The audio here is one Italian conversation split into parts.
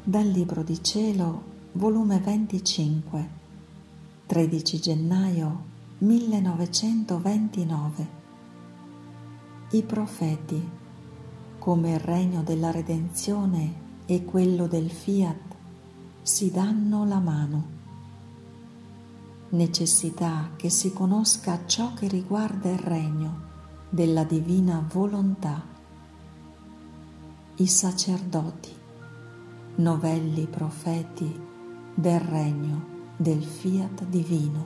Dal Libro di Cielo, volume 25, 13 gennaio 1929. I profeti, come il regno della redenzione e quello del Fiat, si danno la mano. Necessità che si conosca ciò che riguarda il regno della divina volontà. I sacerdoti, novelli profeti del regno del Fiat divino.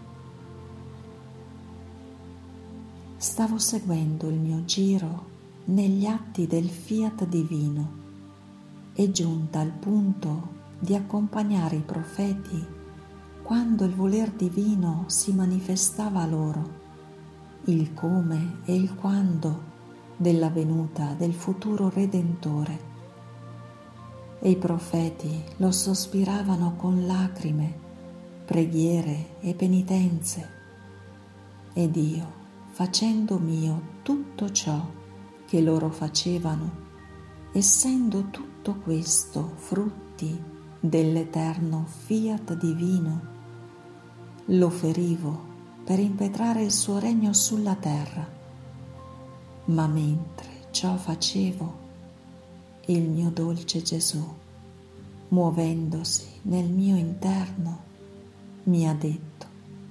Stavo seguendo il mio giro negli atti del Fiat divino e giunta al punto di accompagnare i profeti quando il voler divino si manifestava loro, il come e il quando della venuta del futuro Redentore. E i profeti lo sospiravano con lacrime, preghiere e penitenze, ed io, facendo mio tutto ciò che loro facevano, essendo tutto questo frutti dell'eterno Fiat divino, lo ferivo per impetrare il suo regno sulla terra. Ma mentre ciò facevo, il mio dolce Gesù, muovendosi nel mio interno, mi ha detto: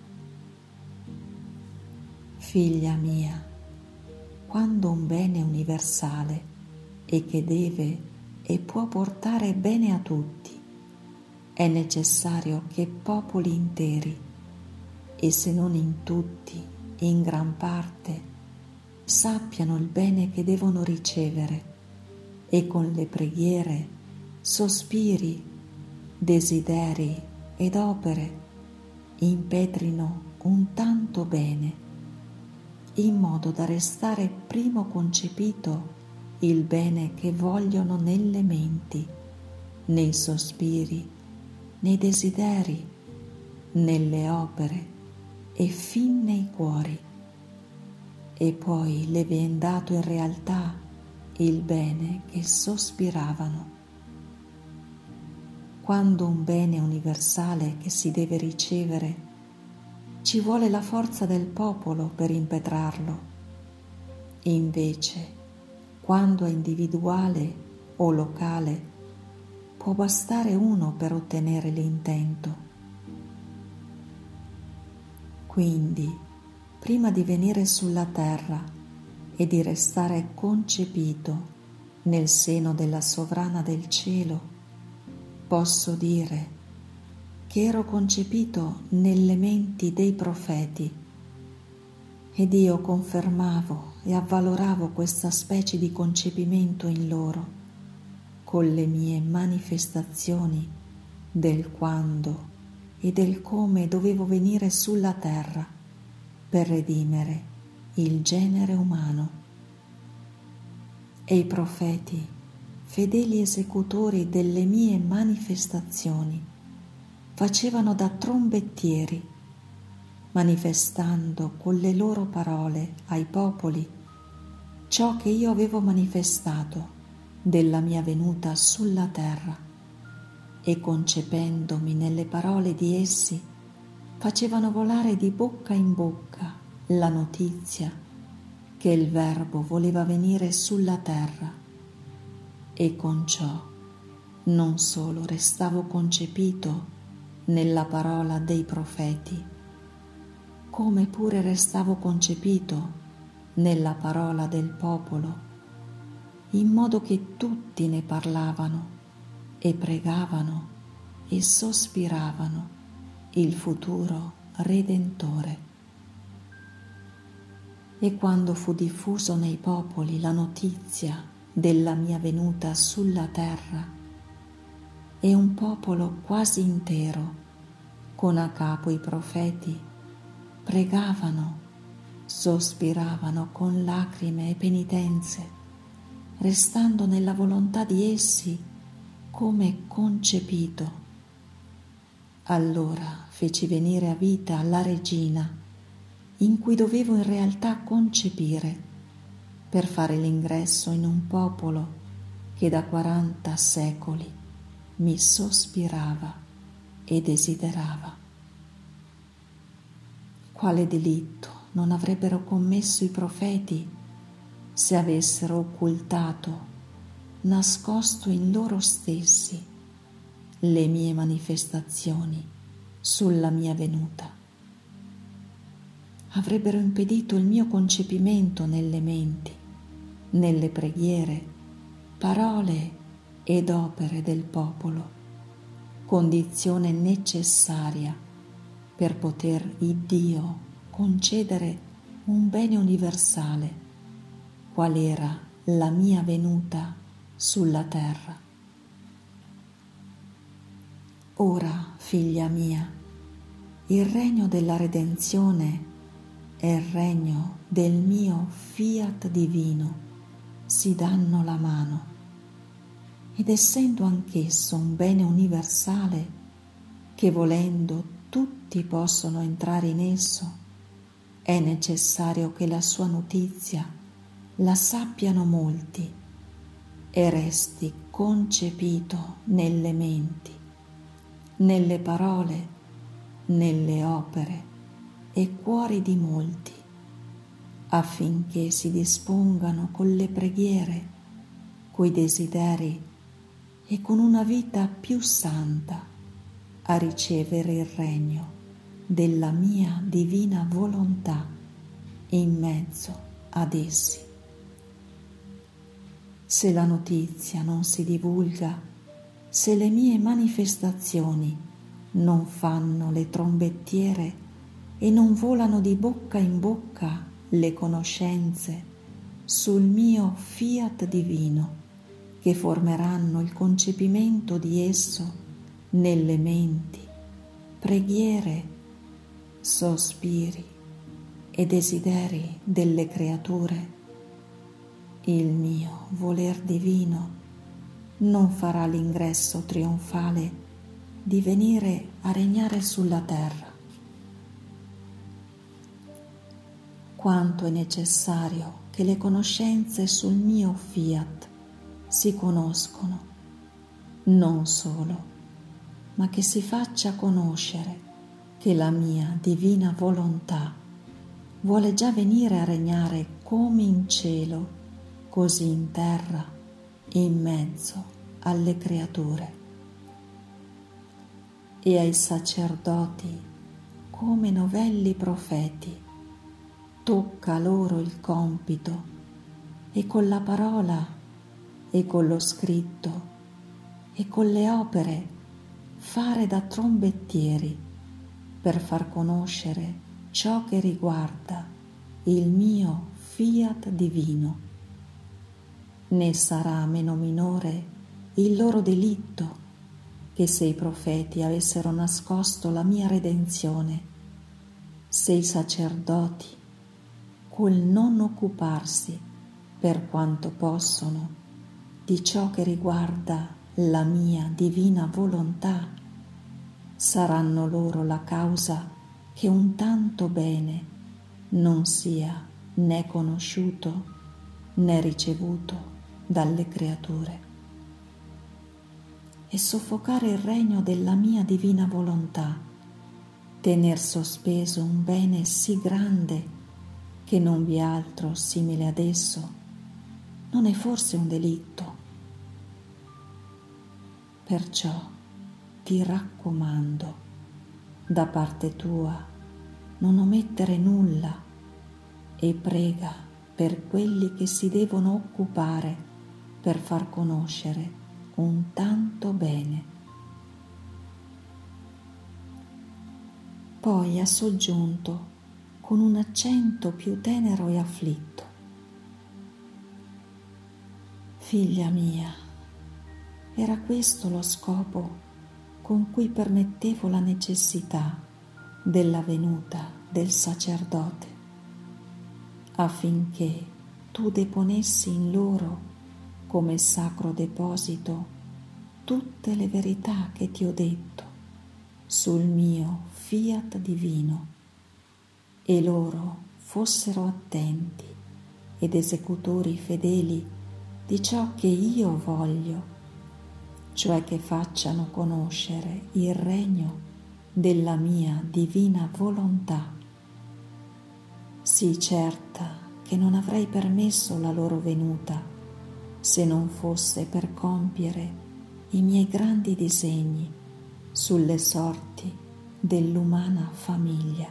figlia mia, quando un bene universale e che deve e può portare bene a tutti, è necessario che popoli interi, e se non in tutti, in gran parte, sappiano il bene che devono ricevere, e con le preghiere, sospiri, desideri ed opere impetrino un tanto bene, in modo da restare primo concepito il bene che vogliono nelle menti, nei sospiri, nei desideri, nelle opere e fin nei cuori, e poi le vien dato in realtà il bene che sospiravano. Quando un bene universale che si deve ricevere, ci vuole la forza del popolo per impetrarlo. Invece, quando è individuale o locale, può bastare uno per ottenere l'intento. Quindi, prima di venire sulla terra e di restare concepito nel seno della sovrana del cielo, posso dire che ero concepito nelle menti dei profeti, ed io confermavo e avvaloravo questa specie di concepimento in loro con le mie manifestazioni del quando e del come dovevo venire sulla terra per redimere il genere umano. E i profeti, fedeli esecutori delle mie manifestazioni, facevano da trombettieri, manifestando con le loro parole ai popoli ciò che io avevo manifestato della mia venuta sulla terra, e concependomi nelle parole di essi, facevano volare di bocca in bocca la notizia che il Verbo voleva venire sulla terra, e con ciò non solo restavo concepito nella parola dei profeti, come pure restavo concepito nella parola del popolo, in modo che tutti ne parlavano e pregavano e sospiravano il futuro Redentore. E quando fu diffuso nei popoli la notizia della mia venuta sulla terra, e un popolo quasi intero, con a capo i profeti, pregavano, sospiravano con lacrime e penitenze, restando nella volontà di essi come concepito. Allora feci venire a vita la regina, in cui dovevo in realtà concepire, per fare l'ingresso in un popolo che da 40 secoli mi sospirava e desiderava. Quale delitto non avrebbero commesso i profeti se avessero occultato, nascosto in loro stessi, le mie manifestazioni sulla mia venuta? Avrebbero impedito il mio concepimento nelle menti, nelle preghiere, parole ed opere del popolo, condizione necessaria per poter Iddio concedere un bene universale, qual era la mia venuta sulla terra. Ora, figlia mia, il regno della redenzione è il regno del mio fiat divino, si danno la mano, ed essendo anch'esso un bene universale, che volendo tutti possono entrare in esso, è necessario che la sua notizia la sappiano molti e resti concepito nelle menti, nelle parole, nelle opere e cuori di molti, affinché si dispongano con le preghiere, coi desideri e con una vita più santa a ricevere il regno della mia divina volontà in mezzo ad essi. Se la notizia non si divulga, se le mie manifestazioni non fanno le trombettiere e non volano di bocca in bocca le conoscenze sul mio fiat divino, che formeranno il concepimento di esso nelle menti, preghiere, sospiri e desideri delle creature, il mio voler divino non farà l'ingresso trionfale di venire a regnare sulla terra. Quanto è necessario che le conoscenze sul mio fiat si conoscono, non solo, ma che si faccia conoscere che la mia divina volontà vuole già venire a regnare come in cielo, così in terra, in mezzo alle creature. E ai sacerdoti, come novelli profeti, tocca loro il compito, e con la parola, e con lo scritto, e con le opere, fare da trombettieri per far conoscere ciò che riguarda il mio fiat divino. Né sarà meno minore il loro delitto che se i profeti avessero nascosto la mia redenzione, se i sacerdoti, col non occuparsi per quanto possono di ciò che riguarda la mia divina volontà, saranno loro la causa che un tanto bene non sia né conosciuto né ricevuto dalle creature. E soffocare il regno della mia divina volontà, tener sospeso un bene sì grande che non vi è altro simile ad esso, non è forse un delitto? Perciò ti raccomando, da parte tua, non omettere nulla e prega per quelli che si devono occupare per far conoscere un tanto bene. Poi ha soggiunto con un accento più tenero e afflitto: figlia mia, era questo lo scopo con cui permettevo la necessità della venuta del sacerdote, affinché tu deponessi in loro come sacro deposito tutte le verità che ti ho detto sul mio fiat divino, e loro fossero attenti ed esecutori fedeli di ciò che io voglio, cioè che facciano conoscere il regno della mia divina volontà. Sii certa che non avrei permesso la loro venuta se non fosse per compiere i miei grandi disegni sulle sorti dell'umana famiglia.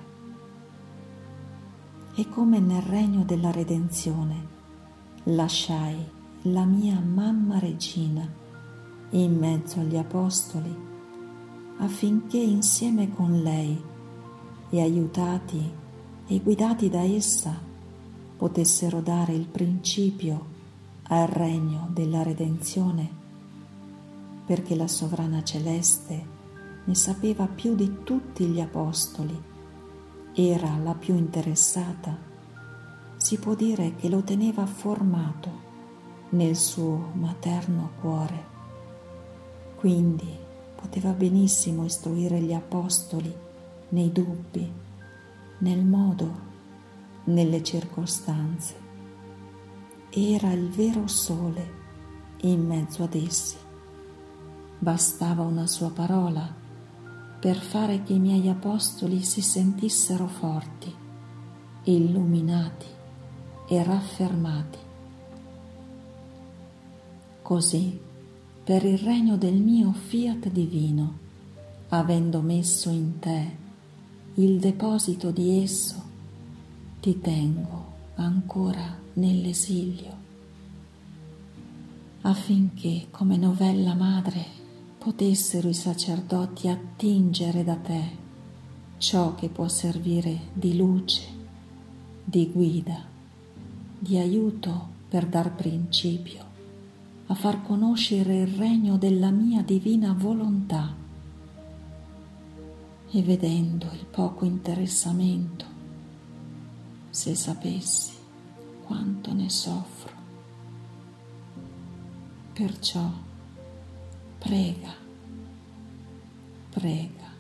E come nel regno della redenzione lasciai la mia mamma regina in mezzo agli apostoli, affinché insieme con lei e aiutati e guidati da essa potessero dare il principio al regno della redenzione, perché la sovrana celeste ne sapeva più di tutti gli apostoli, era la più interessata, si può dire che lo teneva formato nel suo materno cuore. Quindi poteva benissimo istruire gli apostoli nei dubbi, nel modo, nelle circostanze. Era il vero sole in mezzo ad essi. Bastava una sua parola per fare che i miei apostoli si sentissero forti, illuminati e raffermati. Così, per il regno del mio fiat divino, avendo messo in te il deposito di esso, ti tengo ancora nell'esilio, affinché come novella madre potessero i sacerdoti attingere da te ciò che può servire di luce, di guida, di aiuto per dar principio a far conoscere il regno della mia divina volontà. E vedendo il poco interessamento, se sapessi quanto ne soffro. Perciò prega, prega.